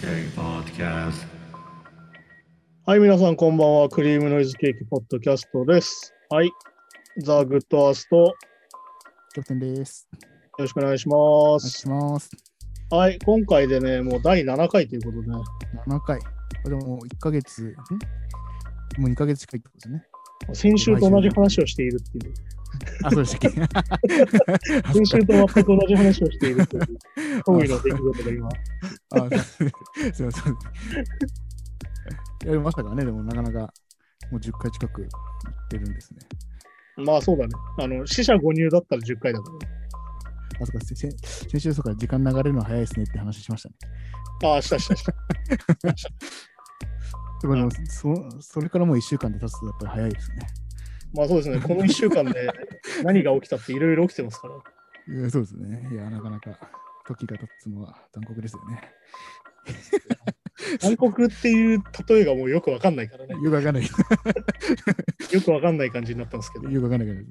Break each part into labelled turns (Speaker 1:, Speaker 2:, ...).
Speaker 1: Cake Podcast.
Speaker 2: はい、皆さんこんばんは。クリームノイズケーキポッドキャストです。はい、ザ・グッドアースト、よ
Speaker 3: キャプテンです。
Speaker 2: ろしくお願いしま
Speaker 3: お願い
Speaker 2: す。
Speaker 3: します。
Speaker 2: はい、今回でね、もう第7回ということでね、
Speaker 3: 7回。でももう1ヶ月、もう2ヶ月近いってことですね。
Speaker 2: 先週と同じ話をしているっていう。
Speaker 3: あ、そうでしたっけ
Speaker 2: 先週と全く同じ話をしているという、驚異の出来事が今。
Speaker 3: すいません。やりましたかね、でもなかなかもう10回近く行ってるんですね。
Speaker 2: まあそうだね。死者誤入だったら10回だからね。
Speaker 3: あ、そうか、先週とか時間流れるの早いですねって話しましたね。
Speaker 2: ああ、した。
Speaker 3: でもそれからもう1週間で経つとやっぱり早いですね。
Speaker 2: まあそうですね。この1週間で何が起きたっていろいろ起きてますから。
Speaker 3: そうですね。いや、なかなか時が経つのは残酷ですよね。
Speaker 2: 残酷っていう例えがもうよくわかんないからね。
Speaker 3: よくわかんない。
Speaker 2: よくわかんない感じになったんですけど。
Speaker 3: よくわかんないけど。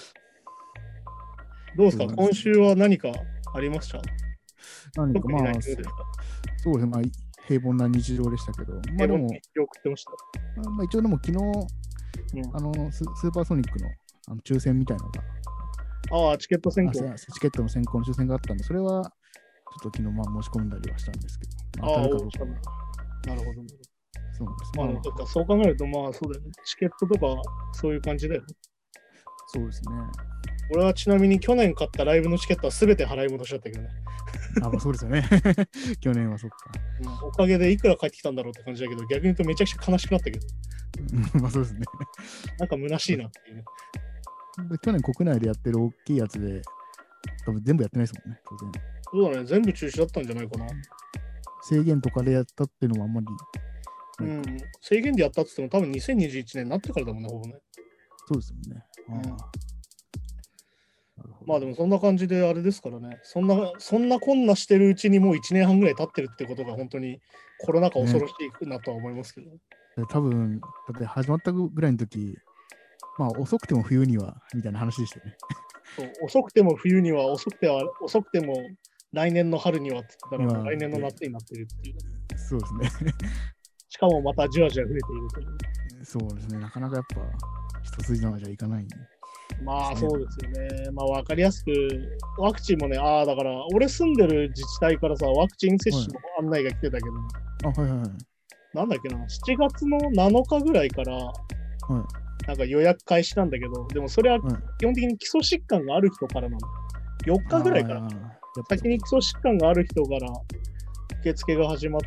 Speaker 2: どうですか、今週は何かありました？
Speaker 3: 何かまあ、
Speaker 2: 特にないですか？
Speaker 3: そうですね、まあ、平凡な日常でしたけど、まあでも、
Speaker 2: 送ってました。
Speaker 3: まあ、一応でも昨日、スーパーソニックの抽選みたいなのが、
Speaker 2: ああ、チケット選考。
Speaker 3: チケットの選考の抽選があったんで、それはちょっと昨日まあ申し込んだりはしたんですけど、当たるかどうかは。
Speaker 2: なるほど。
Speaker 3: そうなんです。
Speaker 2: まあ、そう考えると、まあそうだよね。チケットとかそういう感じだよね。
Speaker 3: そうですね。
Speaker 2: 俺はちなみに去年買ったライブのチケットは全て払い戻しだったけどね。
Speaker 3: まあそうですよね。去年はそっか。
Speaker 2: おかげでいくら返ってきたんだろうって感じだけど、逆に言うとめちゃくちゃ悲しくなったけど。
Speaker 3: まあそうですね。
Speaker 2: なんか虚しいなっていうね。
Speaker 3: 去年国内でやってる大きいやつで、多分全部やってないですもんね、当然。
Speaker 2: そうだね、全部中止だったんじゃないかな。
Speaker 3: 制限とかでやったっていうのもあんまり。
Speaker 2: 制限でやったって言っても多分2021年になってからだもんね、ほぼね。
Speaker 3: そうですよね。
Speaker 2: まあでもそんな感じであれですからね、そんなこんなしてるうちにもう1年半ぐらい経ってるってことが本当にコロナ禍恐ろしいなとは思いますけど、ね。
Speaker 3: 多分、だって始まったぐらいの時、まあ遅くても冬にはみたいな話でしたよね。
Speaker 2: そう遅くても冬には、遅くても来年の春にはって言ったら来年の夏になってるっていう。
Speaker 3: そうですね。
Speaker 2: しかもまたじわじわ増えているという。
Speaker 3: そうですね。なかなかやっぱ一筋縄じゃいかない。
Speaker 2: まあそうですよね。まあ分かりやすく、ワクチンもね、だから俺住んでる自治体からさ、ワクチン接種の案内が来てたけど、なんだっけな、7月の7日ぐらいから、なんか予約開始なんだけど、でもそれは基本的に基礎疾患がある人からなの。4日ぐらいから。先に基礎疾患がある人から受付が始まって、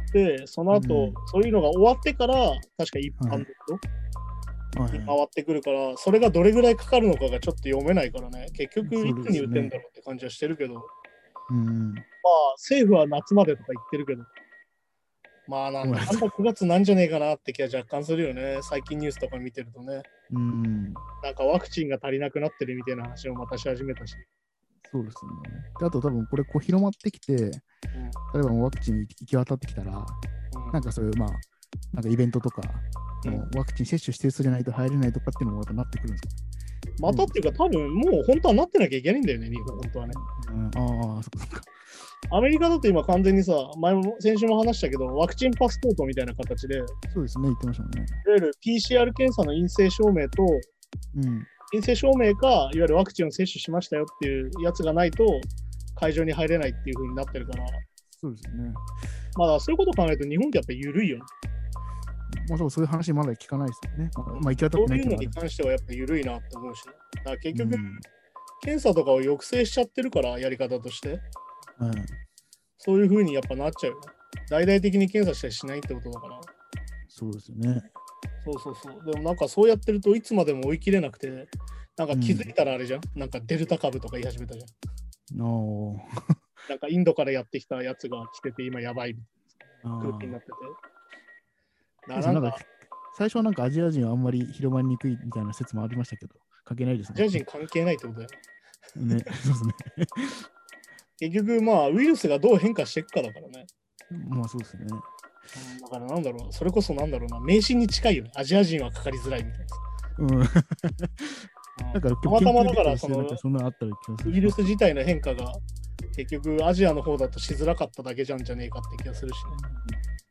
Speaker 2: その後、そういうのが終わってから、確か一般の人に回ってくるから、それがどれぐらいかかるのかがちょっと読めないからね、結局いつに打てんだろうって感じはしてるけど、まあ政府は夏までとか言ってるけど、まあなんだ9月なんじゃねえかなって気は若干するよね、最近ニュースとか見てるとね。なんかワクチンが足りなくなってるみたいな話をまたし始めたし。
Speaker 3: そうですね。であと多分これこう広まってきて、例えばワクチン行き渡ってきたら、なんかそういうなんかイベントとか、ワクチン接種してる人じゃないと入れないとかっていうのもまたなってくるんですか？
Speaker 2: またっていうか多分もう本当はなってなきゃいけないんだよね、日本本当はね。
Speaker 3: そっか。
Speaker 2: アメリカだと今完全にさ、先週も話したけど、ワクチンパスポートみたいな形で、
Speaker 3: そうですね、言ってましたもんね。
Speaker 2: いわゆる PCR 検査の陰性証明と、陰性証明か、いわゆるワクチンを接種しましたよっていうやつがないと、会場に入れないっていう風になってるから、
Speaker 3: そうですよね。
Speaker 2: まだそういうことを考えると、日本ってやっぱり緩いよね。
Speaker 3: そういう話まだ聞かないですよね。
Speaker 2: そういうのに関してはやっぱり緩いなって思うし、だから結局、検査とかを抑制しちゃってるから、やり方として。そういう風にやっぱなっちゃうよね。大々的に検査したりしないってことだから。
Speaker 3: そうですよね。
Speaker 2: そう。でもなんかそうやってるといつまでも追い切れなくて、なんか気づいたらあれじゃん。なんかデルタ株とか言い始めたじゃん。なんかインドからやってきたやつが来てて今やばい空気になってて。
Speaker 3: なんか最初はなんかアジア人はあんまり広まりにくいみたいな説もありましたけど、関係ないですね。
Speaker 2: アジア人関係ないってことだよ
Speaker 3: ね。そうですね。
Speaker 2: 結局まあウイルスがどう変化していくかだからね。
Speaker 3: まあそうですね。
Speaker 2: だからなんだろう、それこそなんだろうな、迷信に近いよね。アジア人はかかりづらいみたいな。
Speaker 3: だから
Speaker 2: たまたまだから
Speaker 3: そんなあったら
Speaker 2: ウイルス自体の変化が結局アジアの方だとしづらかっただけじゃんじゃねえかって気がするしね。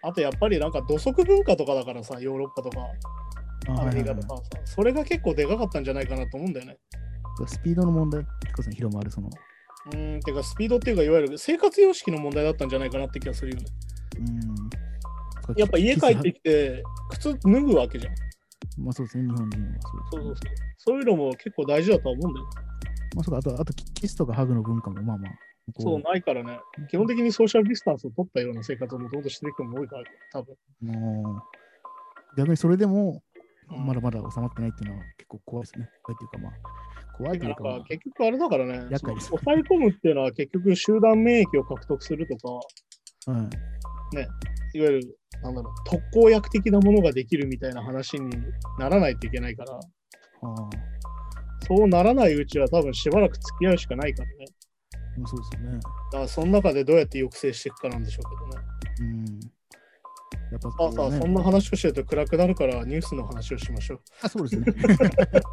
Speaker 2: あとやっぱりなんか土足文化とかだからさ、ヨーロッパとかアメリカとかさ、それが結構でかかったんじゃないかなと思うんだよね。
Speaker 3: スピードの問題結構広まるその。
Speaker 2: てかスピードっていうかいわゆる生活様式の問題だったんじゃないかなって気がするよね。やっぱ家帰ってきて靴脱ぐわけじゃん。
Speaker 3: まあそうですね、日本人は
Speaker 2: そう。そういうのも結構大事だとは思うんだよ。
Speaker 3: まあそうか、あとキスとかハグの文化もまあまあ。
Speaker 2: そう、ないからね。基本的にソーシャルディスタンスを取ったような生活をもともとしてる人も多いから、多分。
Speaker 3: 逆にそれでも、まだまだ収まってないっていうのは結構怖いですね。怖いというか、
Speaker 2: 結局あれだからね、
Speaker 3: 厄介です。
Speaker 2: 抑え込むっていうのは結局集団免疫を獲得するとか、ね、いわゆる、特効薬的なものができるみたいな話にならないといけないから、そうならないうちは多分しばらく付き合うしかないからね。
Speaker 3: そうですよね。
Speaker 2: だからその中でどうやって抑制していくかなんでしょうけどね。やっぱさあ、そんな話をしてると暗くなるからニュースの話をしましょう。
Speaker 3: そうですね。確か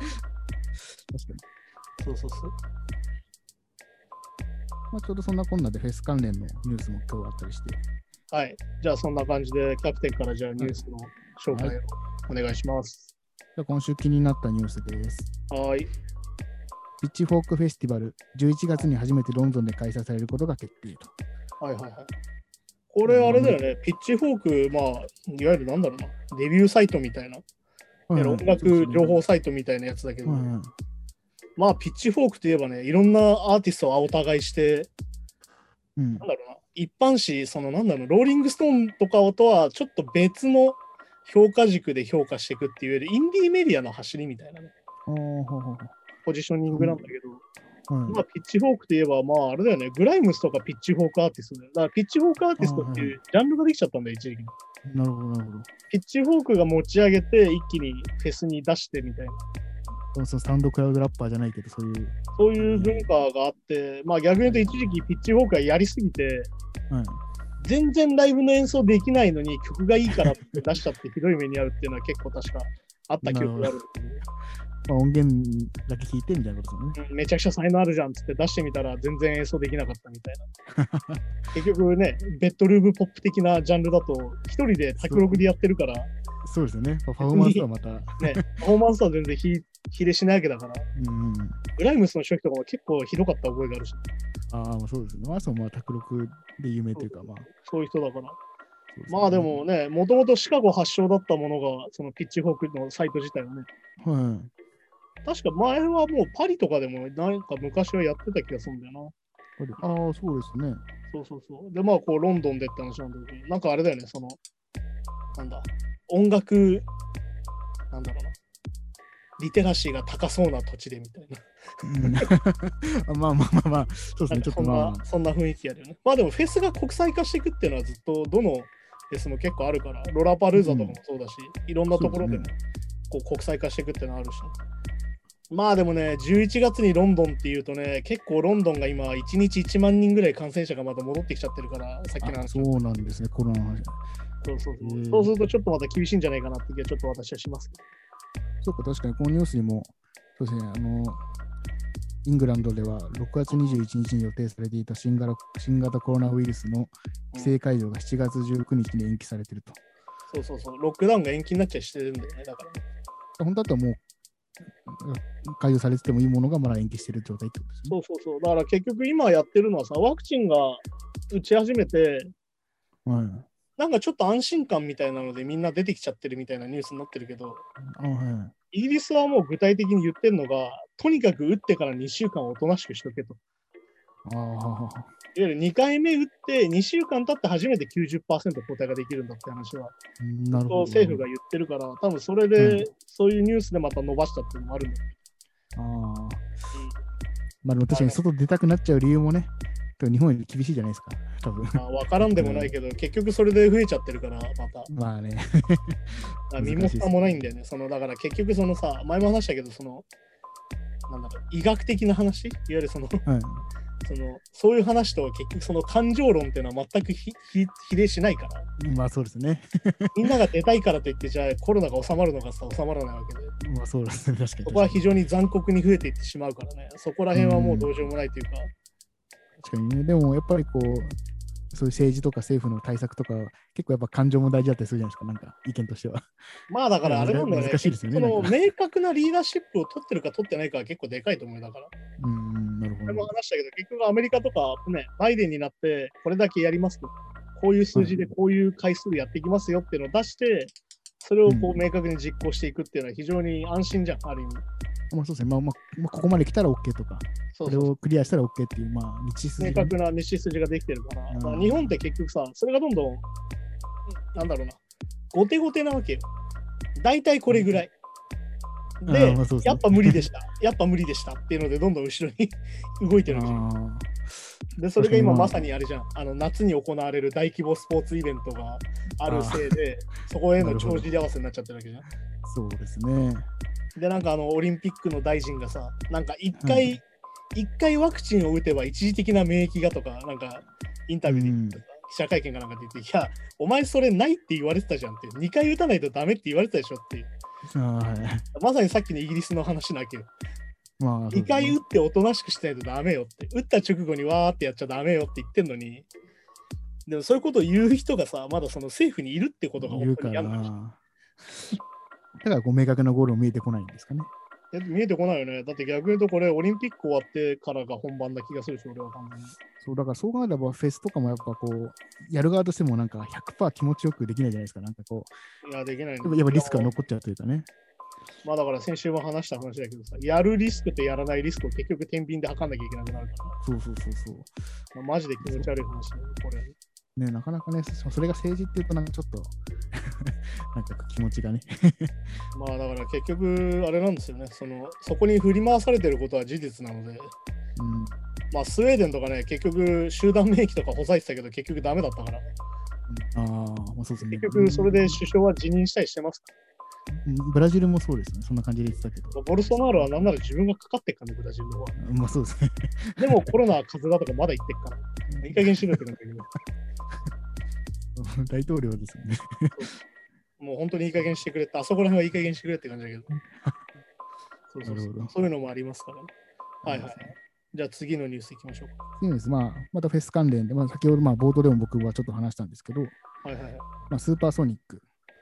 Speaker 3: に。そう。まあ、ちょうどそんなこんなでフェス関連のニュースも今日あったりして。
Speaker 2: はい。じゃあそんな感じでキャプテンからじゃあニュースの紹介をお願いします。
Speaker 3: じゃあ今週気になったニュースです。
Speaker 2: はい。
Speaker 3: ピッチフォークフェスティバル、11月に初めてロンドンで開催されることが決定と。
Speaker 2: はい。これあれだよね、ピッチフォーク、まあ、いわゆるなんだろうな、デビューサイトみたいな、音楽情報サイトみたいなやつだけど、まあ、ピッチフォークといえばね、いろんなアーティストをお互いして、なんだろうな、一般紙、ローリングストーンとかとはちょっと別の評価軸で評価していくっていうより、インディーメディアの走りみたいなね。ポジショニングなんだけど、まあ、ピッチフォークといえば、まあ、あれだよね、グライムスとかピッチフォークアーティストだよ。だから、ピッチフォークアーティストっていうジャンルができちゃったんだよ、一時期に。
Speaker 3: なるほど。
Speaker 2: ピッチフォークが持ち上げて、一気にフェスに出してみたいな。
Speaker 3: スタンドクラウドラッパーじゃないけど、
Speaker 2: そういう文化があって、まあ、逆に言うと、一時期ピッチフォークがやりすぎて、全然ライブの演奏できないのに曲がいいからって出しちゃってひどい目にあるっていうのは結構確かあった記憶がある。
Speaker 3: 音源だけ聞いてみたいなことですね。
Speaker 2: めちゃくちゃ才能あるじゃんっつって出してみたら全然演奏できなかったみたいな。結局ね、ベッドルームポップ的なジャンルだと一人で卓録でやってるから。
Speaker 3: そうですよね。パフォーマンスはまた。
Speaker 2: ね、パフォーマンスは全然比例しないわけだから。グライムスの初期とかも結構ひどかった覚えがあるし。
Speaker 3: そうですね。まあ、卓録で有名というか、まあ。
Speaker 2: そういう人だから。まあでもね、もともとシカゴ発祥だったものが、そのピッチフォークのサイト自体はね。確か前はもうパリとかでもなんか昔はやってた気がするんだよな。
Speaker 3: そうですね。
Speaker 2: そう。で、まあこうロンドンでって話なんだけど、なんかあれだよね、音楽、なんだろうな、リテラシーが高そうな土地でみたいな。
Speaker 3: まあ、そうですね、ちょっと
Speaker 2: そんな雰囲気あるよね。まあでもフェスが国際化していくっていうのはずっとどのフェスも結構あるから、ロラパルーザとかもそうだし、いろんなところでもこう国際化していくっていうのはあるし、まあでもね、11月にロンドンっていうとね、結構ロンドンが今、1日1万人ぐらい感染者がまた戻ってきちゃってるから、さっきの話。
Speaker 3: そうなんですね、コロナの話。
Speaker 2: そうするとちょっとまた厳しいんじゃないかなって気はちょっと私はしますけど。
Speaker 3: そうか、確かにこのニュースにも、そうですね、イングランドでは6月21日に予定されていた新型コロナウイルスの規制解除が7月19日に延期されていると。
Speaker 2: そう、ロックダウンが延期になっちゃしてるんだよね、だから。
Speaker 3: 本当だったらもう解除されててもいいものがまだ延期してる状態ってことですね。
Speaker 2: そう。だから結局今やってるのはさ、ワクチンが打ち始めて、なんかちょっと安心感みたいなのでみんな出てきちゃってるみたいなニュースになってるけど、イギリスはもう具体的に言ってるのが、とにかく打ってから2週間おとなしくしとけと。いわゆる2回目打って2週間経って初めて 90% 抗体ができるんだって話は、政府が言ってるから、多分それで、そういうニュースでまた伸ばしたっていうのもあるんだけど。
Speaker 3: まあでも確かに外出たくなっちゃう理由もね、日本より厳しいじゃないですか、多分。
Speaker 2: わからんでもないけど、結局それで増えちゃってるから、また。
Speaker 3: まあね。
Speaker 2: 身も蓋もないんだよね。だから結局さ、前も話したけど、医学的な話、いわゆるそういう話と結局感情論っていうのは全く比例しないから。
Speaker 3: まあそうですね。
Speaker 2: みんなが出たいからといって、じゃあコロナが収まるのか収まらないわけで。
Speaker 3: まあそうですね、確かに。
Speaker 2: そこは非常に残酷に増えていってしまうからね。そこら辺はもうどうしようもないというか。
Speaker 3: 確かにね、でもやっぱりそういう政治とか政府の対策とか、結構やっぱ感情も大事だったりするじゃないですか、なんか意見としては。
Speaker 2: まあだからあれなんだよね。
Speaker 3: 難しいですよね。
Speaker 2: その明確なリーダーシップを取ってるか取ってないかは結構でかいと思うよ。だから。
Speaker 3: なるほど。
Speaker 2: 俺も話したけど、結局アメリカとかね、バイデンになってこれだけやりますと。こういう数字でこういう回数やっていきますよっていうのを出して、それをこう明確に実行していくっていうのは非常に安心じゃん、ある意味。
Speaker 3: まあそうですね。ここまで来たら OK とか、これをクリアしたら OK っていう、道筋、
Speaker 2: 明確な道筋ができてるから、まあ、日本って結局さ、それがどんどん、なんだろうな、後手後手なわけよ。大体これぐらい。で、やっぱ無理でした。やっぱ無理でしたっていうので、どんどん後ろに動いてるわけじゃん。で、それが今まさにあれじゃん。夏に行われる大規模スポーツイベントがあるせいで、そこへの帳尻合わせになっちゃってるわけじゃん。
Speaker 3: そうですね。
Speaker 2: で、なんかオリンピックの大臣がさ、なんか一回ワクチンを打てば一時的な免疫がとか、なんかインタビューで記者会見かなんかで言って、いや、お前それないって言われてたじゃんって、2回打たないとダメって言われてたでしょっていう。まさにさっきのイギリスの話なわけよ。2回打っておとなしくしないとダメよって、打った直後にわーってやっちゃダメよって言ってんのに、でもそういうことを言う人がさ、まだその政府にいるってことが本当に嫌なんだよ。
Speaker 3: だから明確なゴールも見えてこないんですかね。
Speaker 2: 見えてこないよね。だって逆に言うとこれオリンピック終わってからが本番な気がするし、俺は完全に。
Speaker 3: そう、だからそう考えればフェスとかもやっぱこう、やる側としてもなんか 100% 気持ちよくできないじゃないですか。なんかこう。
Speaker 2: いや、できない、ね。
Speaker 3: やっぱリスクが残っちゃうというかね。
Speaker 2: まあだから先週も話した話だけどさ、やるリスクとやらないリスクを結局天秤で測んなきゃいけなくなるから。
Speaker 3: そう。
Speaker 2: まあ、マジで気持ち悪い話だよ、これ。
Speaker 3: ね、なかなかね、それが政治っていうとなんかちょっとなんか気持ちがね
Speaker 2: まあだから結局あれなんですよね、そこに振り回されてることは事実なので、まあスウェーデンとかね、結局集団免疫とかほざいてたけど結局ダメだったから、
Speaker 3: そうですね。
Speaker 2: 結局それで首相は辞任したりしてますから。
Speaker 3: ブラジルもそうですね。そんな感じで言ってたけど。
Speaker 2: ボルソナーロはなんなら自分がかかってっからね、ブラジルの方は。
Speaker 3: まあそうですね。
Speaker 2: でもコロナは風邪だとかまだ言ってっから。いい加減しろって感じだけど。
Speaker 3: 大統領ですよね。
Speaker 2: もう本当にいい加減してくれって、あそこら辺はいい加減してくれって感じだけど。そういうのもありますからね。はいはい。じゃあ次のニュースいきましょうか。
Speaker 3: 次です。またフェス関連で、先ほど冒頭でも僕はちょっと話したんですけど、スーパーソニック。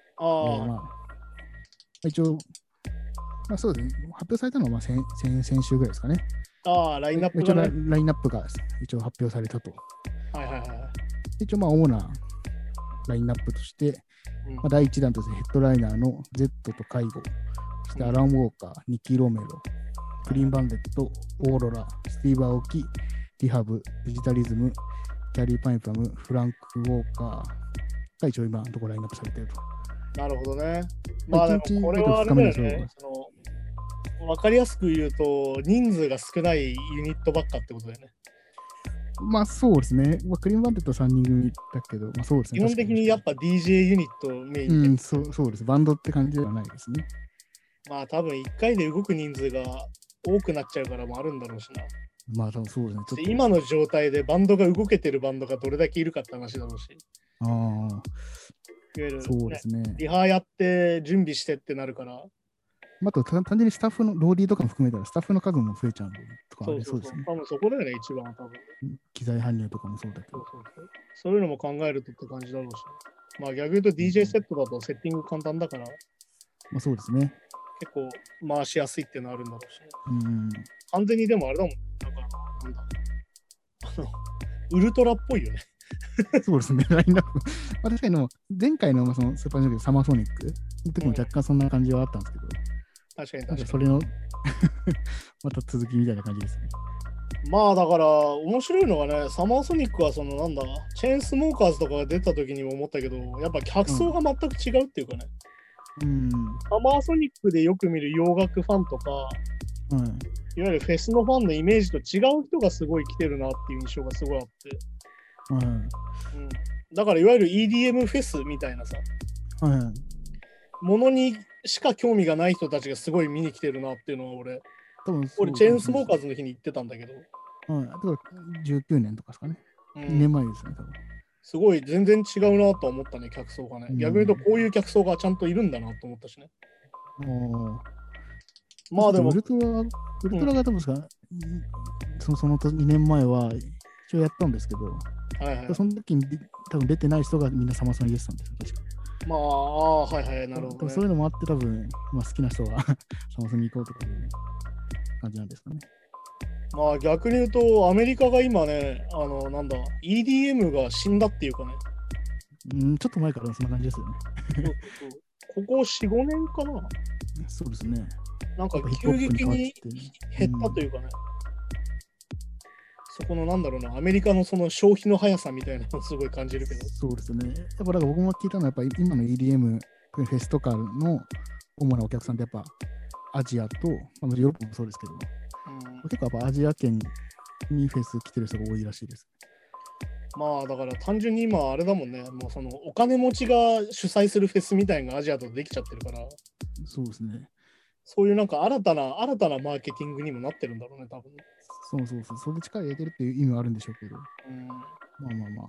Speaker 3: 一応、そうですね。発表されたのは先週ぐらいですかね。
Speaker 2: ラインナップが、ね、
Speaker 3: ラインナップが一応発表されたと。一応、主なラインナップとして、第1弾としてヘッドライナーの Z と介護、そしてアラン・ウォーカー、ニッキー・ロメロ、クリーン・バンデット、オーロラ、スティーブ・アオキ、リハブ、デジタリズム、キャリー・パインプラム、フランク・ウォーカーが一応今のところラインナップされていると。
Speaker 2: なるほどね。まあでもこれはあれだよね。わかりやすく言うと、人数が少ないユニットばっかってことだよね。
Speaker 3: そうですね。クリーンバンデット3人組だけど、そうですね。
Speaker 2: 基本的にやっぱ DJ ユニットメイン
Speaker 3: で。そうです。バンドって感じではないですね。
Speaker 2: まあ多分1回で動く人数が多くなっちゃうからもあるんだろうしな。
Speaker 3: 多分そうですね。
Speaker 2: 今の状態でバンドが動けてるバンドがどれだけいるかって話だろうし。いわゆる、
Speaker 3: そうですね。
Speaker 2: リハやって準備してってなるから。
Speaker 3: あと単純にスタッフのローディーとかも含めたらスタッフの数も増えちゃうとかありそうですね。
Speaker 2: 多分そこだよね、一番多分。
Speaker 3: 機材搬入とかもそうだけど。
Speaker 2: そういうのも考えるとって感じだろうし。まあ逆に言うと DJ セットだとセッティング簡単だから。
Speaker 3: そうですね。
Speaker 2: 結構回しやすいっていうのあるんだろうし。完全にでもあれだもん。なんだ。ウルトラっぽいよね。
Speaker 3: そうですね、ラインナップ。確かに前回のそのスーパージョニックサマーソニックの時も若干そんな感じはあったんですけど、
Speaker 2: 確かに
Speaker 3: それのまた続きみたいな感じですね。
Speaker 2: まあだから面白いのがね、サマーソニックはチェーンスモーカーズとかが出た時にも思ったけど、やっぱ客層が全く違うっていうかね。サマーソニックでよく見る洋楽ファンとか、いわゆるフェスのファンのイメージと違う人がすごい来てるなっていう印象がすごいあって。だからいわゆる EDM フェスみたいなさ、ものにしか興味がない人たちがすごい見に来てるなっていうのは俺チェーンスモーカーズの日に言ってたんだけど、
Speaker 3: 19年とかですかね。2年前ですね、多分。
Speaker 2: すごい全然違うなと思ったね、客層がね。逆に言うとこういう客層がちゃんといるんだなと思ったしね。まあでも。
Speaker 3: ウルトラが多分その2年前は一応やったんですけど、
Speaker 2: はいはい、
Speaker 3: その時に多分出てない人がみんなサマソニ出てたんですよ、確か。
Speaker 2: まあ、はいはい、なるほど、ね。
Speaker 3: そういうのもあって多分、まあ、好きな人はサマソニ行こうとかいう感じなんですかね。
Speaker 2: まあ逆に言うと、アメリカが今ね、EDM が死んだっていうかね。
Speaker 3: ちょっと前からそんな感じですよね。
Speaker 2: ここ4、5年かな。
Speaker 3: そうですね。
Speaker 2: なんか急激に減ったというかね。そこのアメリカのその消費の速さみたいなのをすごい感じるけど。
Speaker 3: そうですね。やっぱだから僕も聞いたのは、やっぱり今の EDM フェスとかの主なお客さんってやっぱアジアと、まあ、ヨーロッパもそうですけど、結構やっぱアジア圏にフェス来てる人が多いらしいです。
Speaker 2: まあだから単純に今あれだもんね、もうそのお金持ちが主催するフェスみたいなのがアジアとできちゃってるから、
Speaker 3: そうですね。
Speaker 2: そういうなんか新たなマーケティングにもなってるんだろうね、多分。
Speaker 3: そう。それで力入れてるっていう意味はあるんでしょうけど。まあ。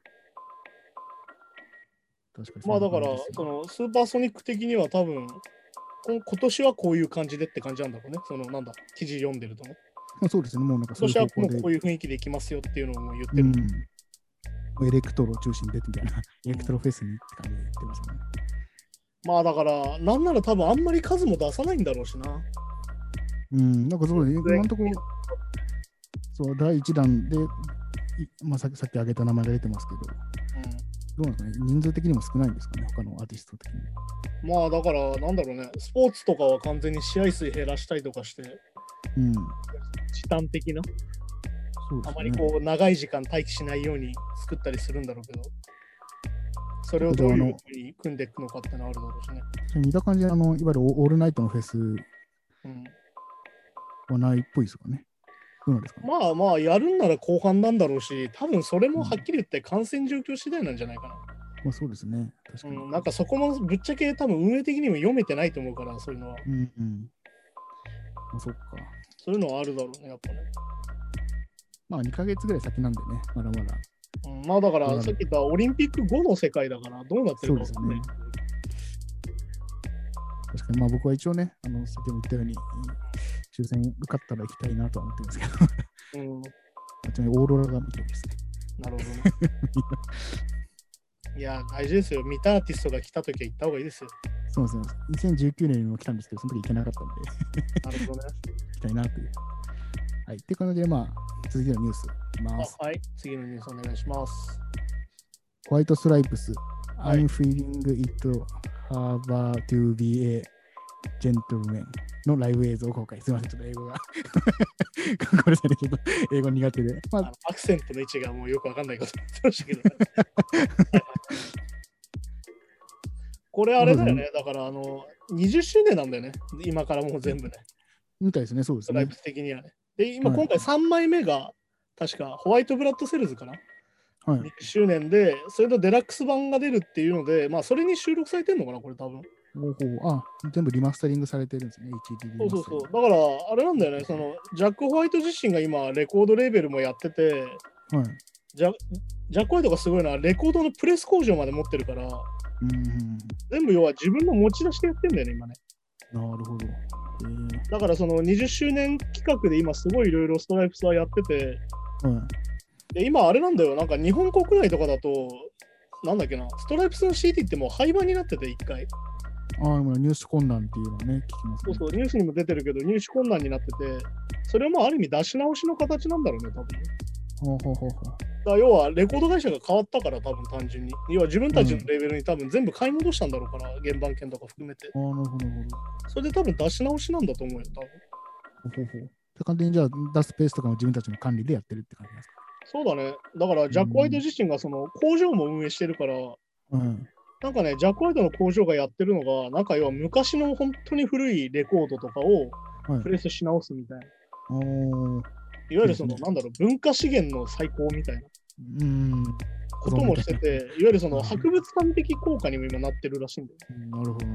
Speaker 2: 確かに。まあだから、そのスーパーソニック的には多分、今年はこういう感じでって感じなんだろうね。その記事読んでるとね。
Speaker 3: そうですね。もうなんか
Speaker 2: 今年はもうこういう雰囲気でいきますよっていうのを言ってる。
Speaker 3: エレクトロ中心でみたいな、エレクトロフェスにって感じで言ってますね。
Speaker 2: まあだから、なんなら多分あんまり数も出さないんだろうしな。
Speaker 3: なんかそうね、今のところ、そう、第1弾で、まあ、さっき挙げた名前が出てますけど、どうなんですかね、人数的にも少ないんですかね、他のアーティスト的に。
Speaker 2: まあだから、スポーツとかは完全に試合数減らしたりとかして、時短的な、あまりこう長い時間待機しないように作ったりするんだろうけど、それをどういうふうに組んでいくのかってのはあるだろうしね。
Speaker 3: 見た感じ、いわゆるオールナイトのフェスはないっぽいですかね。どうなんですかね。
Speaker 2: まあ、やるんなら後半なんだろうし、多分それもはっきり言って感染状況次第なんじゃないかな。
Speaker 3: まあそうですね。確かに。
Speaker 2: なんかそこもぶっちゃけ多分運営的にも読めてないと思うから、そういうのは。
Speaker 3: まあそっか。
Speaker 2: そういうのはあるだろうね、やっぱね。
Speaker 3: まあ2ヶ月ぐらい先なんでね、まだまだ。
Speaker 2: まあだからさっき言ったオリンピック後の世界だからどうなってるか
Speaker 3: ですね。確かにまあ僕は一応ね、先ほど言ったように抽選受かったら行きたいなとは思ってるんですけど、ちなみにオーロラが見たいですね。
Speaker 2: なるほどね。いや、大事ですよ。見たアーティストが来たときは行った方がいいですよ。
Speaker 3: そうですね。2019年にも来たんですけど、その時行けなかったんで。
Speaker 2: なるほどね。
Speaker 3: 行きたいなという。はい。っていう感じで、まあ、続きのニュースいきます。
Speaker 2: はい。次のニュースお願いします。
Speaker 3: ホワイトストライプス、I'm feeling it harbor to be a gentleman のライブ映像を公開。すみません、ちょっと英語が。ごめんなさいね、ちょっと英語苦手で。
Speaker 2: アクセントの位置がもうよくわかんないことになってましたけど。これあれだよね。だから20周年なんだよね。今からもう全部ね。
Speaker 3: みたいですね、そうですね。
Speaker 2: ストライプス的にはね。で、今回3枚目が、確かホワイトブラッドセルズかな。
Speaker 3: はい、
Speaker 2: 20周年で、それとデラックス版が出るっていうので、まあ、それに収録されてるのかな、これ多分。
Speaker 3: 全部リマスタリングされてるんですね、
Speaker 2: HD そう。だから、あれなんだよね、ジャック・ホワイト自身が今、レコードレーベルもやってて、ジャック・ホワイトがすごいのは、レコードのプレス工場まで持ってるから、全部要は自分の持ち出しでやってんだよね、今ね。
Speaker 3: なるほど。
Speaker 2: だから、その20周年企画で今、すごいいろいろストライプスはやってて、で今、あれなんだよ、なんか日本国内とかだと、なんだっけな、ストライプスの CD ってもう廃盤になってて、1回。
Speaker 3: ニュース困難っていうのはね、聞きますね。
Speaker 2: そう、ニュースにも出てるけど、入手困難になってて、それはまあ、ある意味出し直しの形なんだろうね、多分。だ要は、レコード会社が変わったから、多分単純に。要は自分たちのレベルに多分全部買い戻したんだろうから、原版権とか含めて。
Speaker 3: なるほど。
Speaker 2: それで多分出し直しなんだと思うよ、多分。
Speaker 3: 完全にじゃあ、出すスペースとかも自分たちの管理でやってるって感じですか？
Speaker 2: そうだね。だから、ジャック・ホワイト自身がその工場も運営してるから、なんかね、ジャック・ホワイトの工場がやってるのが、なんか要は昔の本当に古いレコードとかをプレスし直すみたいな。いわゆるその、文化資源の再興みたいなこともしてて、いわゆるその博物館的効果にも今なってるらしいんだよ。
Speaker 3: なるほど。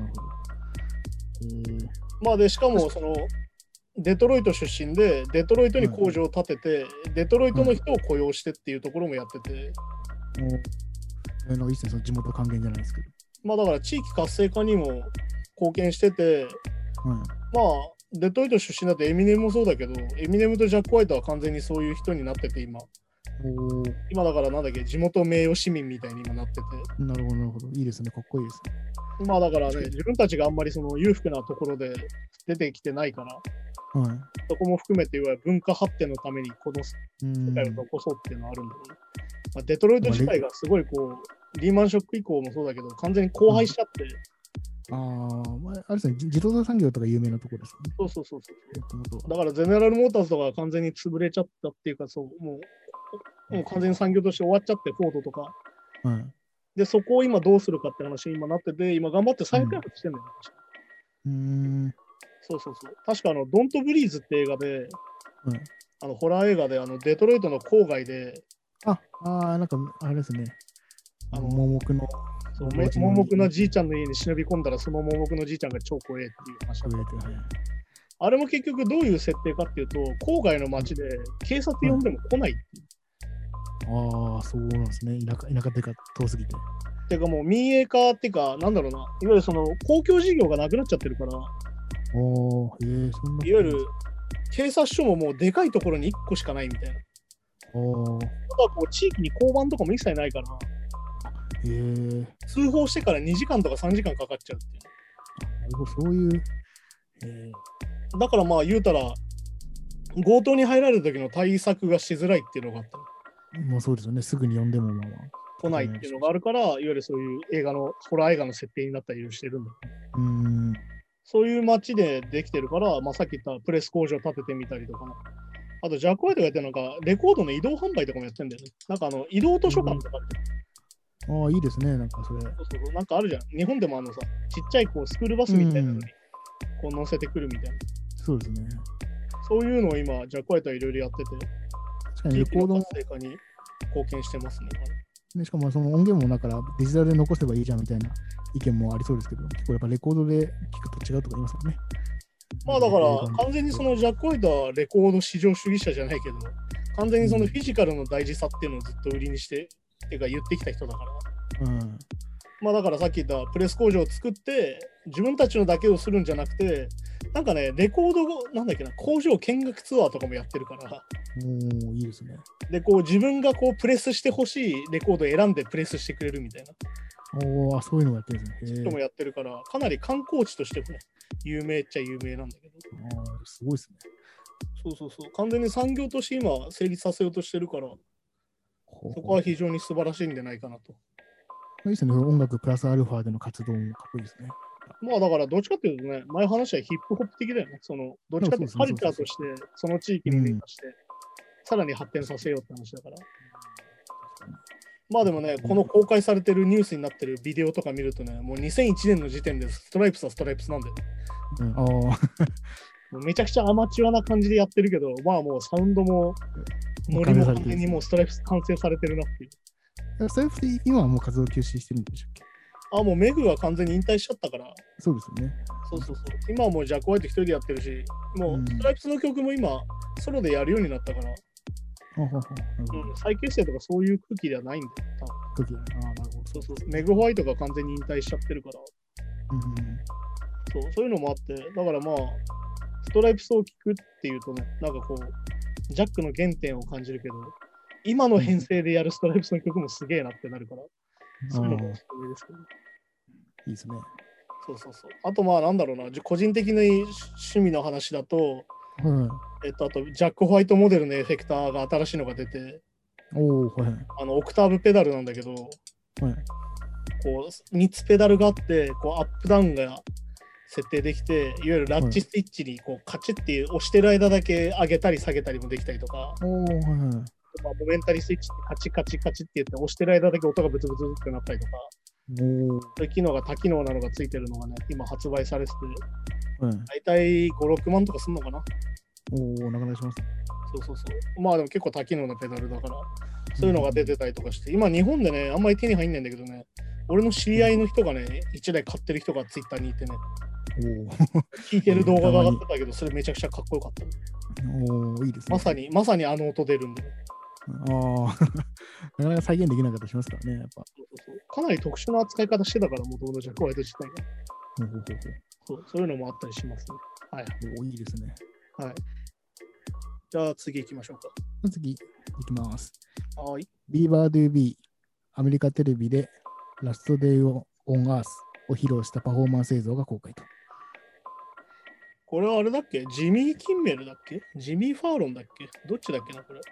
Speaker 2: まあで、しかもその、デトロイト出身で、デトロイトに工場を建てて、デトロイトの人を雇用してっていうところもやってて。
Speaker 3: いいですね、その地元還元じゃないですけど。
Speaker 2: まあだから地域活性化にも貢献してて、まあデトロイト出身だってエミネムもそうだけど、エミネムとジャック・ホワイトは完全にそういう人になってて今、 今だからなんだっけ、地元名誉市民みたいに今なってて。
Speaker 3: なるほど、なるほど。いいですね。かっこいいですね。
Speaker 2: まあだからね、自分たちがあんまりその裕福なところで出てきてないから、
Speaker 3: はい、
Speaker 2: そこも含めていわゆる文化発展のためにこの世界を残そうっていうのはあるんだよね。まあ、デトロイト自体がすごいこう、リーマンショック以降もそうだけど、完全に荒廃しちゃって。
Speaker 3: あれですね、自動車産業とか有名なところですね。
Speaker 2: そう。だからゼネラルモーターズとか完全に潰れちゃったっていうか、もう完全に産業として終わっちゃって、フォードとか。
Speaker 3: はい、
Speaker 2: で、そこを今どうするかって話に今なってて、今頑張って再開発してんだよね。そう。確かドントブリーズって映画で、ホラー映画でデトロイトの郊外で、
Speaker 3: なんかあれですね、盲目の。
Speaker 2: 盲目なじいちゃんの家に忍び込んだら、その盲目のじいちゃんが超怖えっていう話だった。あれも結局どういう設定かっていうと、郊外の町で警察呼んでも来ないっていう。
Speaker 3: そうなんですね。田舎っていうか遠すぎて。
Speaker 2: てかもう民営化っていうか、なんだろうな、いわゆるその公共事業がなくなっちゃってるから、
Speaker 3: そんな。
Speaker 2: いわゆる警察署ももうでかいところに1個しかないみたいな。ただこう地域に交番とかも一切ないから、通報してから2時間とか3時間かかっちゃうっていう。
Speaker 3: なるほど、そういう。
Speaker 2: だからまあ言うたら、強盗に入られた時の対策がしづらいっていうのがあった。
Speaker 3: もうそうですよね、すぐに呼んでも
Speaker 2: 来ないっていうのがあるから、いわゆるそういうホラー映画の設定になったりしてるんだ。そういう街でできてるから、まあ、さっき言ったプレス工場建ててみたりとか、ね、あとジャック・ホワイトがやってるなんか、レコードの移動販売とかもやってるんだよね。なんか移動図書館とかって。
Speaker 3: いいですね、なんかそれ。
Speaker 2: そう、なんかあるじゃん。日本でもさ、ちっちゃいこうスクールバスみたいなのにこう乗せてくるみたいな。
Speaker 3: そうですね。
Speaker 2: そういうのを今、ジャック・ホワイトはいろいろやってて、
Speaker 3: 確かにレコードの
Speaker 2: 活性化に貢献してますね。
Speaker 3: しかもその音源もだからデジタルで残せばいいじゃんみたいな意見もありそうですけど、結構やっぱレコードで聞くと違うとか言いますもんね。
Speaker 2: まあだから完全にそのジャック・ホワイトはレコード至上主義者じゃないけど、完全にそのフィジカルの大事さっていうのをずっと売りにして、っていうか言ってきた人だから。まあだからさっき言ったプレス工場を作って自分たちのだけをするんじゃなくて、なんかね、レコードなんだっけな、工場見学ツアーとかもやってるから。
Speaker 3: いいですね。
Speaker 2: で、こう自分がこうプレスしてほしいレコードを選んでプレスしてくれるみたい
Speaker 3: な。そういうのもやってるんですね。
Speaker 2: 人もやってるから、かなり観光地としてもね、有名っちゃ有名なんだけど。
Speaker 3: すごいですね。
Speaker 2: そう。完全に産業として今成立させようとしてるから、そこは非常に素晴らしいんじゃないかなと。
Speaker 3: いいですね。音楽プラスアルファでの活動もかっこいいですね。
Speaker 2: まあだからどっちかっていうとね、前話はヒップホップ的だよね。どっちかっていうとカルチャーとしてその地域に根ざして、さらに発展させようって話だから。まあでもね、この公開されてるニュースになってるビデオとか見るとね、もう2001年の時点でストライプスはストライプスなんだよね。めちゃくちゃアマチュアな感じでやってるけど、まあもうサウンドもノリも完全にもうストライプス完成されてるなっていう。
Speaker 3: ストライプスって今はもう活動休止してるんでしたっけ？
Speaker 2: もうメグは完全に引退しちゃったから。
Speaker 3: そうですよね。
Speaker 2: そう。今はもうジャック・ホワイト一人でやってるし、もうストライプスの曲も今、ソロでやるようになったから、再結成とかそういう空気ではないんだよ、
Speaker 3: 多分。なるほど。
Speaker 2: そう。メグ・ホワイトが完全に引退しちゃってるから。そういうのもあって、だからまあ、ストライプスを聴くっていうとね、なんかこう、ジャックの原点を感じるけど、今の編成でやるストライプスの曲もすげえなってなるから、そういうのもおすすめですけど。
Speaker 3: いいですね。
Speaker 2: そう。あとまあなんだろうな、個人的な趣味の話だと、あとジャック・ホワイトモデルのエフェクターが新しいのが出て、オクターブペダルなんだけど、こう3つペダルがあって、こうアップダウンが設定できて、いわゆるラッチスイッチにこうカチッって押してる間だけ上げたり下げたりもできたりとか、モメンタリスイッチってカチカチカチって言って押してる間だけ音がブツブツってなったりとか、そういう機能が多機能なのがついてるのがね、今発売されてて、大体5、6万とかすんのかな。
Speaker 3: なかなかします。
Speaker 2: そう。まあでも結構多機能なペダルだから、そういうのが出てたりとかして、今日本でね、あんまり手に入んないんだけどね、俺の知り合いの人がね、1台買ってる人がツイッターにいてね、聴いてる動画が上がってたけど、それめちゃくちゃかっこよかったね。
Speaker 3: いいですね。
Speaker 2: まさにあの音出るんで。
Speaker 3: なかなか再現できなかったりしますからね、やっぱ。
Speaker 2: かなり特殊な扱い方してたから、もともとジャック・ホワイト自体が。そういうのもあったりしますね。
Speaker 3: いいですね。
Speaker 2: じゃあ次行きましょうか。
Speaker 3: 次、いきます。
Speaker 2: はい。
Speaker 3: ビーバードゥービー、アメリカテレビでラストデイオンアースを披露したパフォーマンス映像が公開と。
Speaker 2: これはあれだっけ？ジミー・キンメルだっけ？ジミー・ファーロンだっけ？どっちだっけな、これ。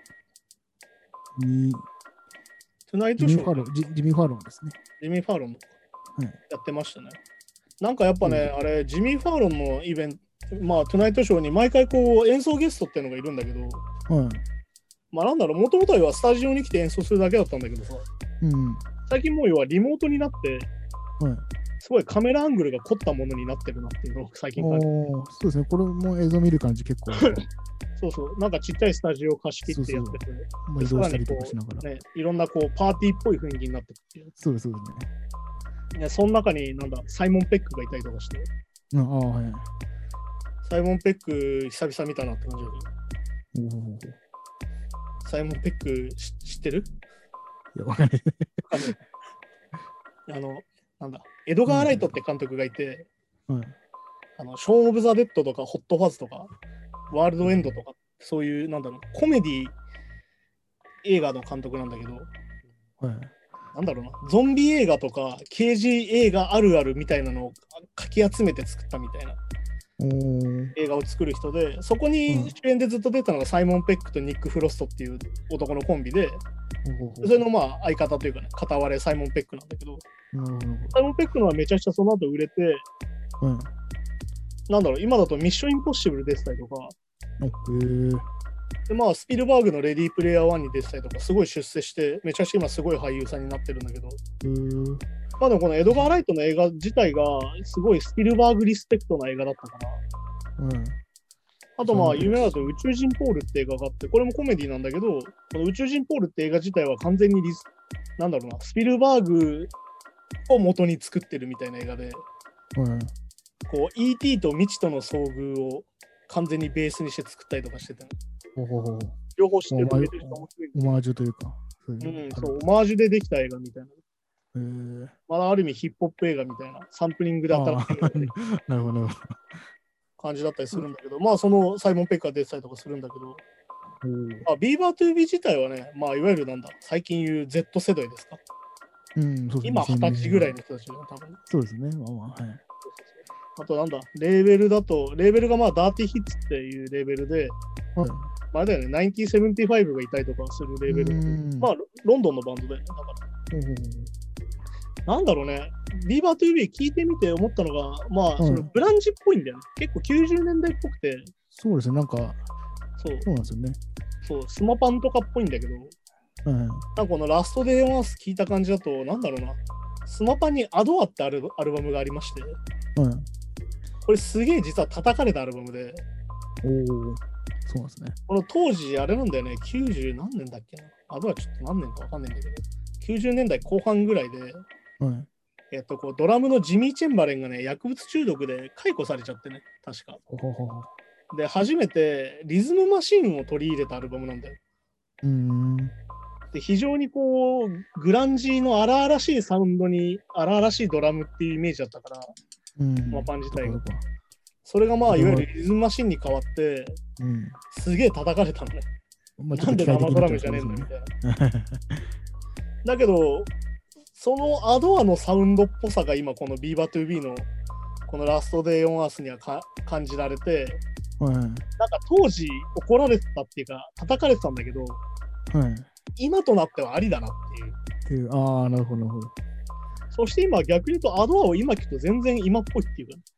Speaker 2: トゥナイトショー。
Speaker 3: ジミー・ファーロンですね。
Speaker 2: ジミー・ファーロンの、
Speaker 3: はい、
Speaker 2: やってましたね。なんかやっぱね、あれ、ジミー・ファーロンのイベント、まあ、トゥナイトショーに毎回こう演奏ゲストっていうのがいるんだけど、
Speaker 3: はい、
Speaker 2: まあなんだろう、もともとはスタジオに来て演奏するだけだったんだけどさ、最近もう要はリモートになって、すごいカメラアングルが凝ったものになってるなっていうのを最近感じて。
Speaker 3: そうですね、これも映像見る感じ結構。
Speaker 2: そうそう、なんかちっちゃいスタジオを貸し切ってやってて、
Speaker 3: 移動したりとかしながら、
Speaker 2: ね、いろんなこうパーティーっぽい雰囲気になってくっていう。
Speaker 3: そうですね。
Speaker 2: ね、その中になんだ、サイモン・ペックがいたりとかして。
Speaker 3: はい。
Speaker 2: サイモン・ペック久々見たなって感じだけど。サイモン・ペック知ってる？
Speaker 3: いや、わかんない。
Speaker 2: なんだ、エドガー・ライトって監督がいて、ショーン・オブ・ザ・デッドとか、ホット・ファズとか、ワールド・エンドとか、そういう、なんだろう、コメディ映画の監督なんだけど、なんだろうな、ゾンビ映画とか、刑事映画あるあるみたいなのをかき集めて作ったみたいな映画を作る人で、そこに主演でずっと出たのがサイモン・ペックとニック・フロストっていう男のコンビで、それのまあ相方というかね、片割れサイモン・ペックなんだけど、サイモン・ペックのはめちゃくちゃその後売れて、なんだろう、今だとミッション・インポッシブル出てたりとか、でまあ、スピルバーグのレディープレイヤー1に出てたりとか、すごい出世して、めちゃくちゃ今すごい俳優さんになってるんだけど、まあでもこのエドガー・ライトの映画自体がすごいスピルバーグリスペクトな映画だったから、あとまあ有名だと宇宙人ポールって映画があって、これもコメディなんだけど、この宇宙人ポールって映画自体は完全になんだろうな、スピルバーグを元に作ってるみたいな映画で、こう E.T. と未知との遭遇を完全にベースにして作ったりとかしてたの。両方知ってるとめちゃくちゃ面白い。
Speaker 3: オマージュというか。
Speaker 2: そう、オマージュでできた映画みたいな。まだある意味ヒップホップ映画みたいな、サンプリングで新しい
Speaker 3: なるほど
Speaker 2: 感じだったりするんだけど、まあそのサイモン・ペッカー出てたりとかするんだけど、ビーバー・トゥービー自体はね、まあいわゆるなんだ、最近言う Z 世代ですか。今20歳ぐらいの人たちだね、多分。
Speaker 3: そうですね。
Speaker 2: あとなんだ、レーベルがまあダーティーヒッツっていうレーベルで、あれだよね、1975がいたりとかするレーベル。まあロンドンのバンドだよね、だから。なんだろうね、ビーバー・トゥービー聞いてみて思ったのが、まあ、そのグランジっぽいんだよね。結構90年代っぽくて。
Speaker 3: そうですね、なんか、そうなんですよね。
Speaker 2: そう、スマパンとかっぽいんだけど、なんかこのラストデイ・オン・アース聞いた感じだと、なんだろうな、スマパンにアドアってアルバムがありまして、これすげえ実は叩かれたアルバムで、
Speaker 3: そうですね。
Speaker 2: この当時、あれなんだよね、90何年だっけな。アドアちょっと何年かわかんないんだけど、90年代後半ぐらいで、こうドラムのジミー・チェンバレンがね、薬物中毒で解雇されちゃってね、確か。で、初めてリズムマシンを取り入れたアルバムなんだよ。で、非常にこう、グランジの荒々しいサウンドに荒々しいドラムっていうイメージだったから、まあ、パン自体が。それがまあ、いわゆるリズムマシンに変わって、すげえ叩かれたのね。なんで生ドラムじゃねえんだみたいな。だけど、そのアドアのサウンドっぽさが今このビーバートゥービーのこのラストデイオンアースには感じられて、なんか当時怒られてたっていうか叩かれてたんだけど、今となってはありだなっていう。
Speaker 3: なるほどなるほど。
Speaker 2: そして今逆に言うとアドアを今聞くと全然今っぽいっていうか、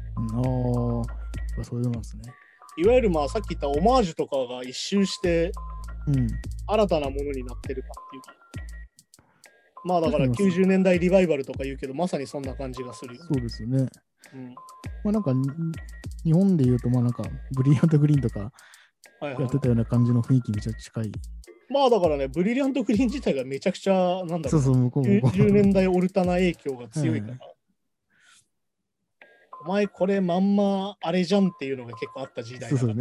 Speaker 3: そういうのなんですね。
Speaker 2: いわゆるまあさっき言ったオマージュとかが一周して新たなものになってるかっていうか。まあだから90年代リバイバルとか言うけど、まさにそんな感じがするよ。
Speaker 3: そうですよね。まあなんか日本で言うと、まあなんかブリリアントグリーンとかやってたような感じの雰囲気めちゃ近い。
Speaker 2: まあだからね、ブリリアントグリーン自体がめちゃくちゃ、なんだろう、90年代オルタナ影響が強いから、お前これまんまあれじゃんっていうのが結構あった時代だから。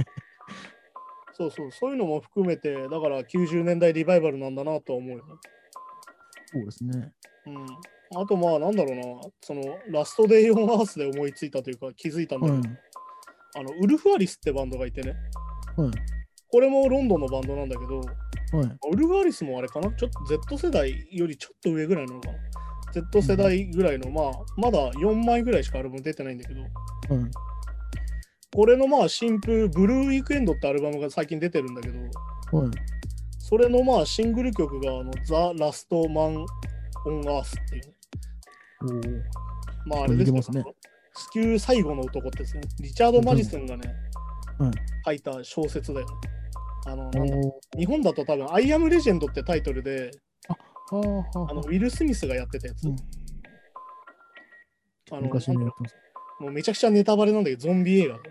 Speaker 2: そういうのも含めて、だから90年代リバイバルなんだなと思うよ。
Speaker 3: そうですね。
Speaker 2: あとまあなんだろうな、そのラストデイオンアースで思いついたというか気づいたんだけど、ウルフアリスってバンドがいてね、 これもロンドンのバンドなんだけど、
Speaker 3: はい、
Speaker 2: ウルフ・アリスもあれかな、ちょっと Z 世代よりちょっと上ぐらいなのかな。Z 世代ぐらいの、まあ、まだ4枚ぐらいしかアルバム出てないんだけど、これのまあ新風、ブルーウィークエンドってアルバムが最近出てるんだけど、それのまあシングル曲がザ・ラスト・マン・オン・アースっていうね。まああれですね。地球最後の男ってですね、リチャード・マディソンがね、書いた小説だよね。なんだ日本だと多分、アイ・アム・レジェンドってタイトルで、ウィル・スミスがやってたやつ。
Speaker 3: 昔にやってます。
Speaker 2: もうめちゃくちゃネタバレなんだけど、ゾンビ映画、ね。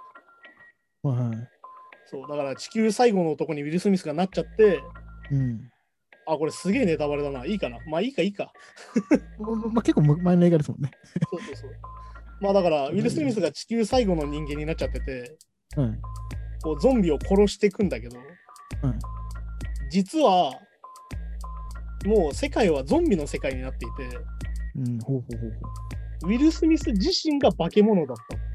Speaker 2: そう、だから地球最後の男にウィル・スミスがなっちゃって、あ、これすげえネタバレだな。いいかな。まあいいか。
Speaker 3: まあ結構前の映画ですもんね。
Speaker 2: そう。まあだから、ウィル・スミスが地球最後の人間になっちゃってて、こうゾンビを殺していくんだけど、実は、もう世界はゾンビの世界になっていて、ウィル・スミス自身が化け物だったっていう。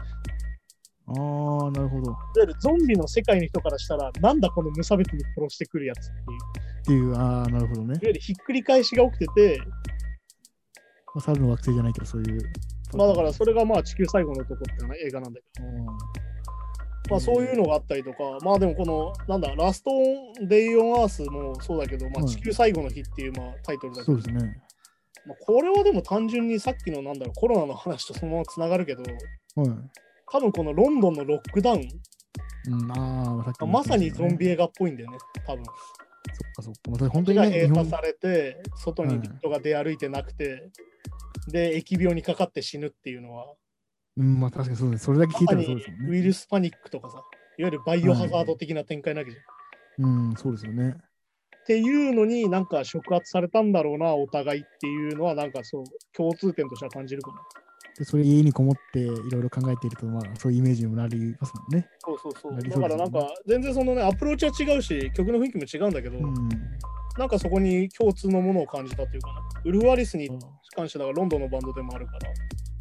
Speaker 3: ああ、なるほど。いわ
Speaker 2: ゆるゾンビの世界の人からしたら、なんだこの無差別に殺してくるやつ
Speaker 3: っていう。ああ、なるほどね。いわ
Speaker 2: ゆるひっくり返しが起きてて、
Speaker 3: 猿の惑星じゃないけど、そういう。
Speaker 2: まあだからそれがまあ地球最後の男っていう映画なんだけど。まあそういうのがあったりとか、まあでもこの、なんだ、ラストデイ・オン・アースもそうだけど、まあ地球最後の日っていうまあタイトルだけど、
Speaker 3: そうですね。
Speaker 2: まあこれはでも単純にさっきのなんだろう、コロナの話とそのままつながるけど、多分このロンドンのロックダウン、まさにゾンビ映画っぽいんだよね、多分。
Speaker 3: そっか。本当に
Speaker 2: 閉鎖されて、外に人が出歩いてなくて、で、疫病にかかって死ぬっていうのは、
Speaker 3: まあ確かにそうです。それだけ聞いたらそうですよね。
Speaker 2: ウイルスパニックとかさ、いわゆるバイオハザード的な展開なわけじ
Speaker 3: ゃん。そうですよね。
Speaker 2: っていうのになんか触発されたんだろうな、お互いっていうのはなんかそう、共通点としては感じるかな。
Speaker 3: でそれ家にこもっていろいろ考えていると、まあそういうイメージにもなりますもんね。
Speaker 2: そう。だからなんか全然そのね、アプローチは違うし、曲の雰囲気も違うんだけど、なんかそこに共通のものを感じたというかな。ウルフ・アリスに関してだからロンドンのバンドでもあるから。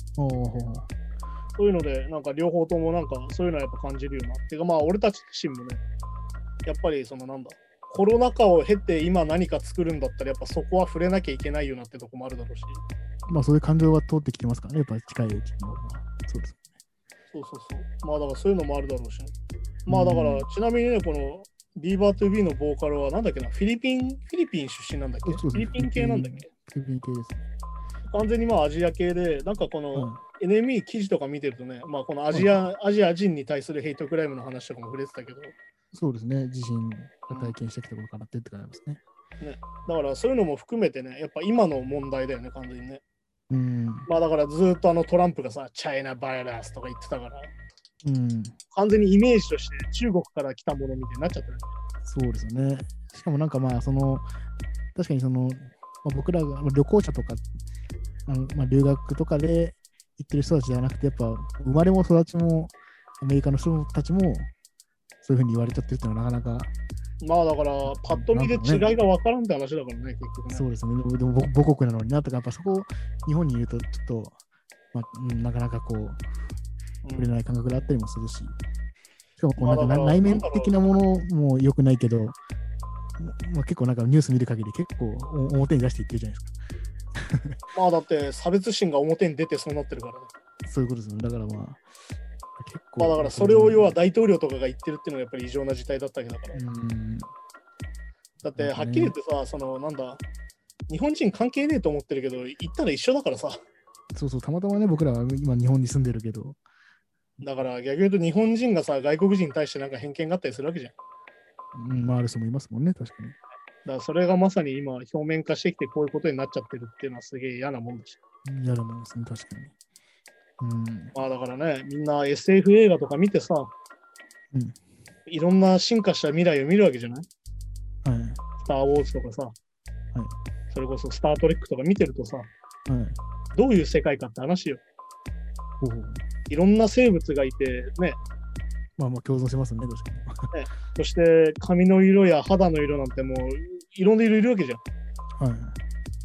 Speaker 2: そういうので、なんか両方ともなんかそういうのはやっぱ感じるよな。っていうかまあ俺たち自身もね、やっぱりそのなんだ、コロナ禍を経て今何か作るんだったらやっぱそこは触れなきゃいけないよなってとこもあるだろうし。
Speaker 3: まあそういう感情は通ってきてますからね、やっぱり近いうちに。そうです
Speaker 2: ね。そう。まあだからそういうのもあるだろうしね。まあだからちなみにね、このビーバー2Bのボーカルはなんだっけな、フィリピン出身なんだっけ？フィリピン系なんだっけ？
Speaker 3: フィリピン系ですね。
Speaker 2: 完全にまあアジア系で、なんかこの NME 記事とか見てるとね、まあこのアジア人に対するヘイトクライムの話とかも触れてたけど。
Speaker 3: そうですね、自身が体験してきたことかなって感じますね。
Speaker 2: だからそういうのも含めてね、やっぱ今の問題だよね、完全にね。まあだからずっとトランプがさ、チャイナバイラスとか言ってたから、完全にイメージとして中国から来たものみたいになっちゃってる。
Speaker 3: そうですよね。しかもなんかまあ確かに僕らが旅行者とか、留学とかで行ってる人たちじゃなくて、やっぱ生まれも育ちもアメリカの人たちもそういうふうに言われちゃってるっていうのはなかなか。
Speaker 2: まあだからパッと見で違いが分からんって話だからね、結局ね。
Speaker 3: そうですね。でも母国なのになとか、やっぱそこ日本にいるとちょっと、なかなかこう触れない感覚があったりもするし、しかもこうなんか内面的なものも良くないけど、結構なんかニュース見る限り結構表に出していってるじゃないですか。
Speaker 2: まあだって差別心が表に出てそうなってるからね。
Speaker 3: そういうことですね。だから結構。
Speaker 2: まあだからそれを要は大統領とかが言ってるっていうのがやっぱり異常な事態だったわけだから。だってはっきり言ってさ、なんだ、日本人関係ねえと思ってるけど、言ったら一緒だからさ。
Speaker 3: そう、たまたまね、僕らは今日本に住んでるけど。
Speaker 2: だから逆に言うと日本人がさ、外国人に対してなんか偏見があったりするわけじゃん。
Speaker 3: ある人もいますもんね、確かに。
Speaker 2: だからそれがまさに今表面化してきてこういうことになっちゃってるっていうのはすげえ嫌なもんだし。
Speaker 3: 嫌なもんですね、確かに。
Speaker 2: まあだからね、みんな SF 映画とか見てさ、いろんな進化した未来を見るわけじゃない？スター・ウォーズとかさ、それこそスター・トレックとか見てるとさ、どういう世界かって話よ。いろんな生物がいてね。
Speaker 3: まあ共存しますね、確かに。
Speaker 2: そして髪の色や肌の色なんてもういろんな色いるわけじゃん。っ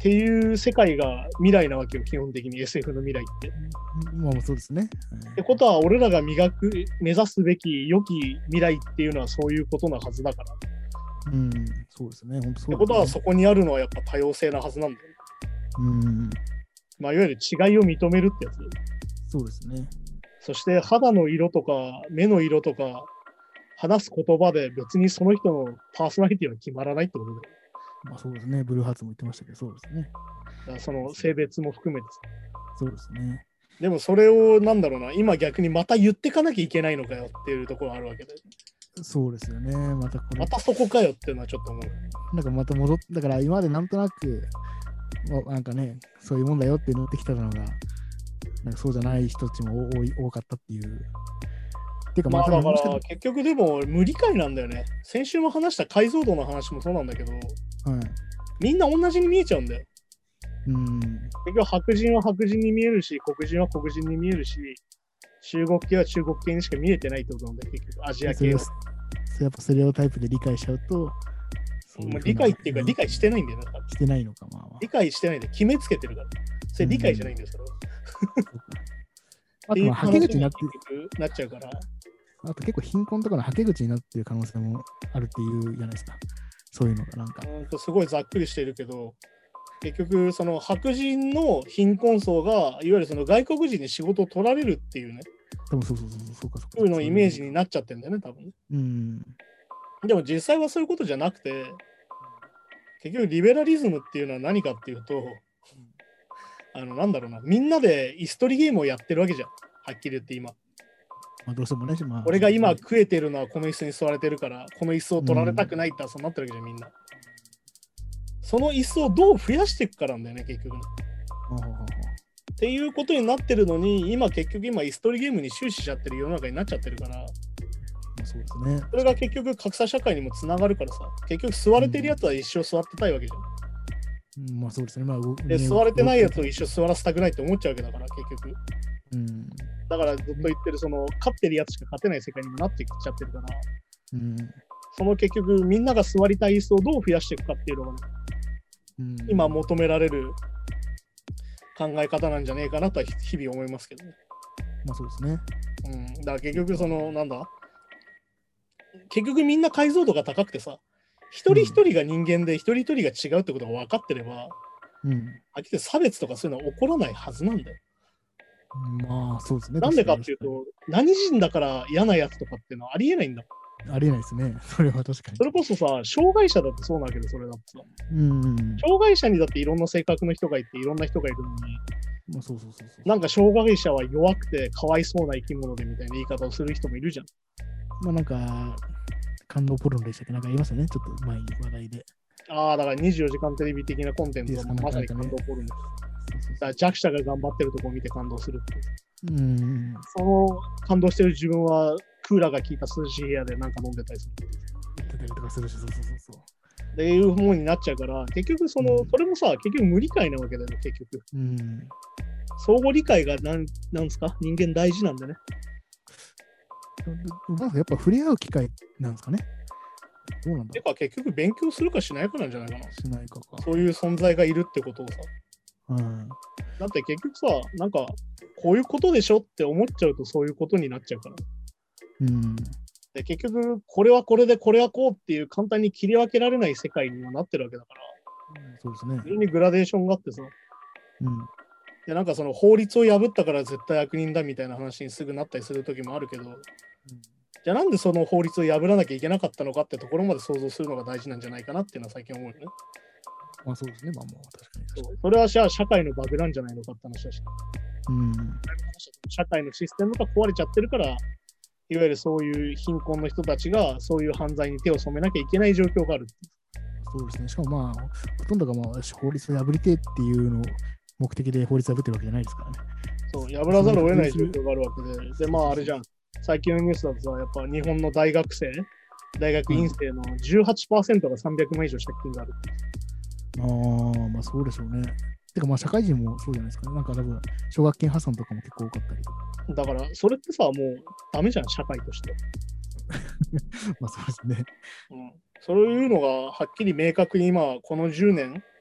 Speaker 2: っていう世界が未来なわけよ、基本的に SF の未来って。
Speaker 3: まあそうですね。
Speaker 2: ってことは、俺らが目指すべき良き未来っていうのはそういうことなはずだから。
Speaker 3: そうですね。本当そうですね。
Speaker 2: ってことは、そこにあるのはやっぱ多様性なはずなんだよ。まあ、いわゆる違いを認めるってやつ。
Speaker 3: そうですね。
Speaker 2: そして、肌の色とか、目の色とか、話す言葉で別にその人のパーソナリティは決まらないってことだよ。
Speaker 3: まあそうですね。ブルーハーツも言ってましたけど、そうですね。だ
Speaker 2: からその性別も含めて。
Speaker 3: そうですね。
Speaker 2: でもそれをなんだろうな、今逆にまた言ってかなきゃいけないのかよっていうところがあるわけで。
Speaker 3: そうですよね。ま
Speaker 2: たそこかよっていうのはちょっと思う。
Speaker 3: なんかまただから今までなんとなく、なんかね、そういうもんだよって乗ってきたのが、なんかそうじゃない人たちも多かったっていう。
Speaker 2: てかまあだから結局でも無理解なんだよね。先週も話した解像度の話もそうなんだけど、みんな同じに見えちゃうんだよ。結局白人は白人に見えるし、黒人は黒人に見えるし、中国系は中国系にしか見えてないってことなんだよ、結局アジア系は。
Speaker 3: やっぱステレオタイプで理解しちゃうと、
Speaker 2: 理解っていうか理解してないんだよね。
Speaker 3: してないのか、まあ。
Speaker 2: 理解してないで決めつけてるから。それ理解じゃないんだよ、それは。
Speaker 3: あとは、はけ口になっ
Speaker 2: ちゃうから。
Speaker 3: あと結構貧困とかのはけ口になっている可能性もあるっていうじゃないですか。そういうのがなんか。
Speaker 2: すごいざっくりしているけど、結局その白人の貧困層がいわゆるその外国人に仕事を取られるっていうね。そういうのイメージになっちゃってんだよね、多分。でも実際はそういうことじゃなくて、結局リベラリズムっていうのは何かっていうと、なんだろうな、みんなで椅子取りゲームをやってるわけじゃん。はっきり言って今。
Speaker 3: どうしてもね、
Speaker 2: 俺が今食えてるのはこの椅子に座れてるから、この椅子を取られたくないってそうなってるわけじゃん、みんな。その椅子をどう増やしていくかなんだよね、結局。っていうことになってるのに、結局椅子取りゲームに終始しちゃってる世の中になっちゃってるから、
Speaker 3: そうですね。
Speaker 2: それが結局格差社会にもつながるからさ、結局座れてるやつは一生座ってたいわけじゃん。
Speaker 3: まあそうですね。
Speaker 2: で、座れてないやつを一生座らせたくないって思っちゃうわけだから、結局。だからずっと言ってる、その勝ってるやつしか勝てない世界にもなってきちゃってるから、その結局みんなが座りたい椅子をどう増やしていくかっていうのがね、今求められる考え方なんじゃねえかなとは日々思いますけどね。
Speaker 3: まあそうですね。
Speaker 2: だから結局結局みんな解像度が高くてさ、一人一人が人間で一人一人が違うってことが分かってれば、はっきり差別とかそういうのは起こらないはずなんだよ。
Speaker 3: まあそうですね。
Speaker 2: なんでかっていうと、何人だから嫌なやつとかっていうのはありえないんだ。
Speaker 3: ありえないですね。それは確かに。
Speaker 2: それこそさ、障害者だってそうなわけで、それだってさ。障害者にだっていろんな性格の人がいて、いろんな人がいるのに、なんか障害者は弱くてかわいそうな生き物でみたいな言い方をする人もいるじゃん。
Speaker 3: まあなんか、感動ポルノでしたっけ、なんか言いましたね、ちょっと前に話題で。
Speaker 2: だから24時間テレビ的なコンテンツはまさに感動ポルノ。弱者が頑張ってるところを見て感動するっていう。その感動してる自分はクーラーが効いた涼しい部屋でなんか飲んでたりする。っていうものになっちゃうから、結局それもさ、結局無理解なわけだよね、結局。相互理解がなんですか、人間大事なんでね。
Speaker 3: やっぱ触れ合う機会なんですかね。どうなんだろう。
Speaker 2: てか結局勉強するかしないかなんじゃないかな。
Speaker 3: しないか。
Speaker 2: そういう存在がいるってことをさ。だって結局さ、なんかこういうことでしょって思っちゃうとそういうことになっちゃうから。で結局これはこれでこれはこうっていう簡単に切り分けられない世界にはなってるわけだから。
Speaker 3: そうですね。
Speaker 2: 非常にグラデーションがあってさ。でなんかその法律を破ったから絶対悪人だみたいな話にすぐなったりする時もあるけど、じゃあなんでその法律を破らなきゃいけなかったのかってところまで想像するのが大事なんじゃないかなっていうのは最近思うよね。
Speaker 3: まあそうですね。まあもう確かに。
Speaker 2: それはじゃあ社会のバグなんじゃないのかって話だし。社会のシステムが壊れちゃってるから、いわゆるそういう貧困の人たちがそういう犯罪に手を染めなきゃいけない状況がある。
Speaker 3: そうですね。しかもまあ、ほとんどが法律を破りてっていうのを目的で法律を破ってるわけじゃないですからね。
Speaker 2: そう、破らざるを得ない状況があるわけで。で、まああれじゃん。最近のニュースだとさ、やっぱ日本の大学院生の 18% が300万以上借金がある。
Speaker 3: まあそうでしょうね。てかまあ社会人もそうじゃないですかね。なんか多分、奨学金破産とかも結構多かったりとか。
Speaker 2: だから、それってさ、もうダメじゃん、社会として。
Speaker 3: まあそうですね。
Speaker 2: そういうのがはっきり明確に今、この10年、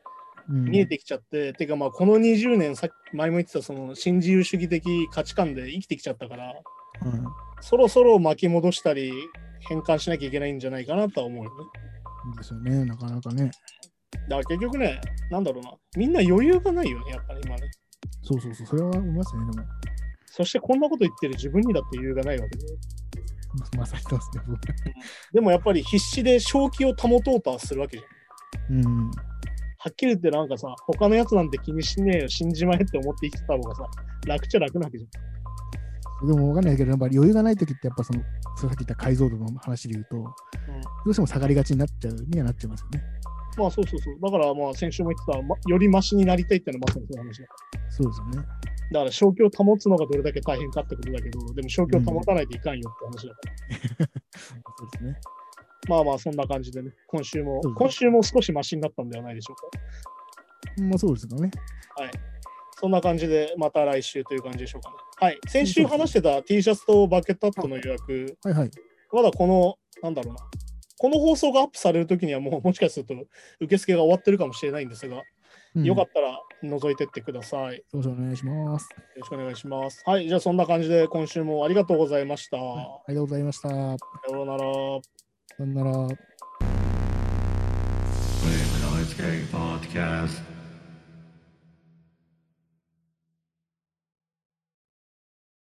Speaker 2: 見えてきちゃって、てかまあこの20年前も言ってたその新自由主義的価値観で生きてきちゃったから、そろそろ巻き戻したり変換しなきゃいけないんじゃないかなとは思うよね。
Speaker 3: ですよね、なかなかね。
Speaker 2: だから結局ね、なんだろうな、みんな余裕がないよね、やっぱり今ね。
Speaker 3: そう、それは思いますね、でも。
Speaker 2: そしてこんなこと言ってる自分にだって余裕がないわけで。
Speaker 3: まさにそうですね。
Speaker 2: でもやっぱり必死で正気を保とうとはするわけじゃん。はっきり言ってなんかさ、他のやつなんて気にしねえよ、死んじまえって思って生きてた方がさ、楽っちゃ楽なわけじゃ
Speaker 3: ん。でも分かんないけど、やっぱり余裕がないときって、やっぱさっき言った解像度の話で言うと、どうしても下がりがちになっちゃうにはなっちゃいますよね。
Speaker 2: まあそう。だからまあ先週も言ってた、よりマシになりたいっていうのはまさにそういう話だ。
Speaker 3: そうですよね。
Speaker 2: だから正気を保つのがどれだけ大変かってことだけど、でも正気を保たないといかんよって話だから。
Speaker 3: そうですね。
Speaker 2: まあそんな感じでね、今週も少しマシになったんではないでしょう
Speaker 3: か。まあそうですよね。
Speaker 2: はい。そんな感じで、また来週という感じでしょうかね。はい。先週話してた T シャツとバケットアップの予約、まだこの、なんだろうな、この放送がアップされるときにはもしかすると受付が終わってるかもしれないんですが、よかったら覗いてってください。
Speaker 3: よろしくお願いします。
Speaker 2: よろしくお願いします。はい。じゃあそんな感じで今週もありがとうございました。
Speaker 3: ありがとうございました。さ
Speaker 2: ようなら。
Speaker 3: さよなら。
Speaker 2: Podcast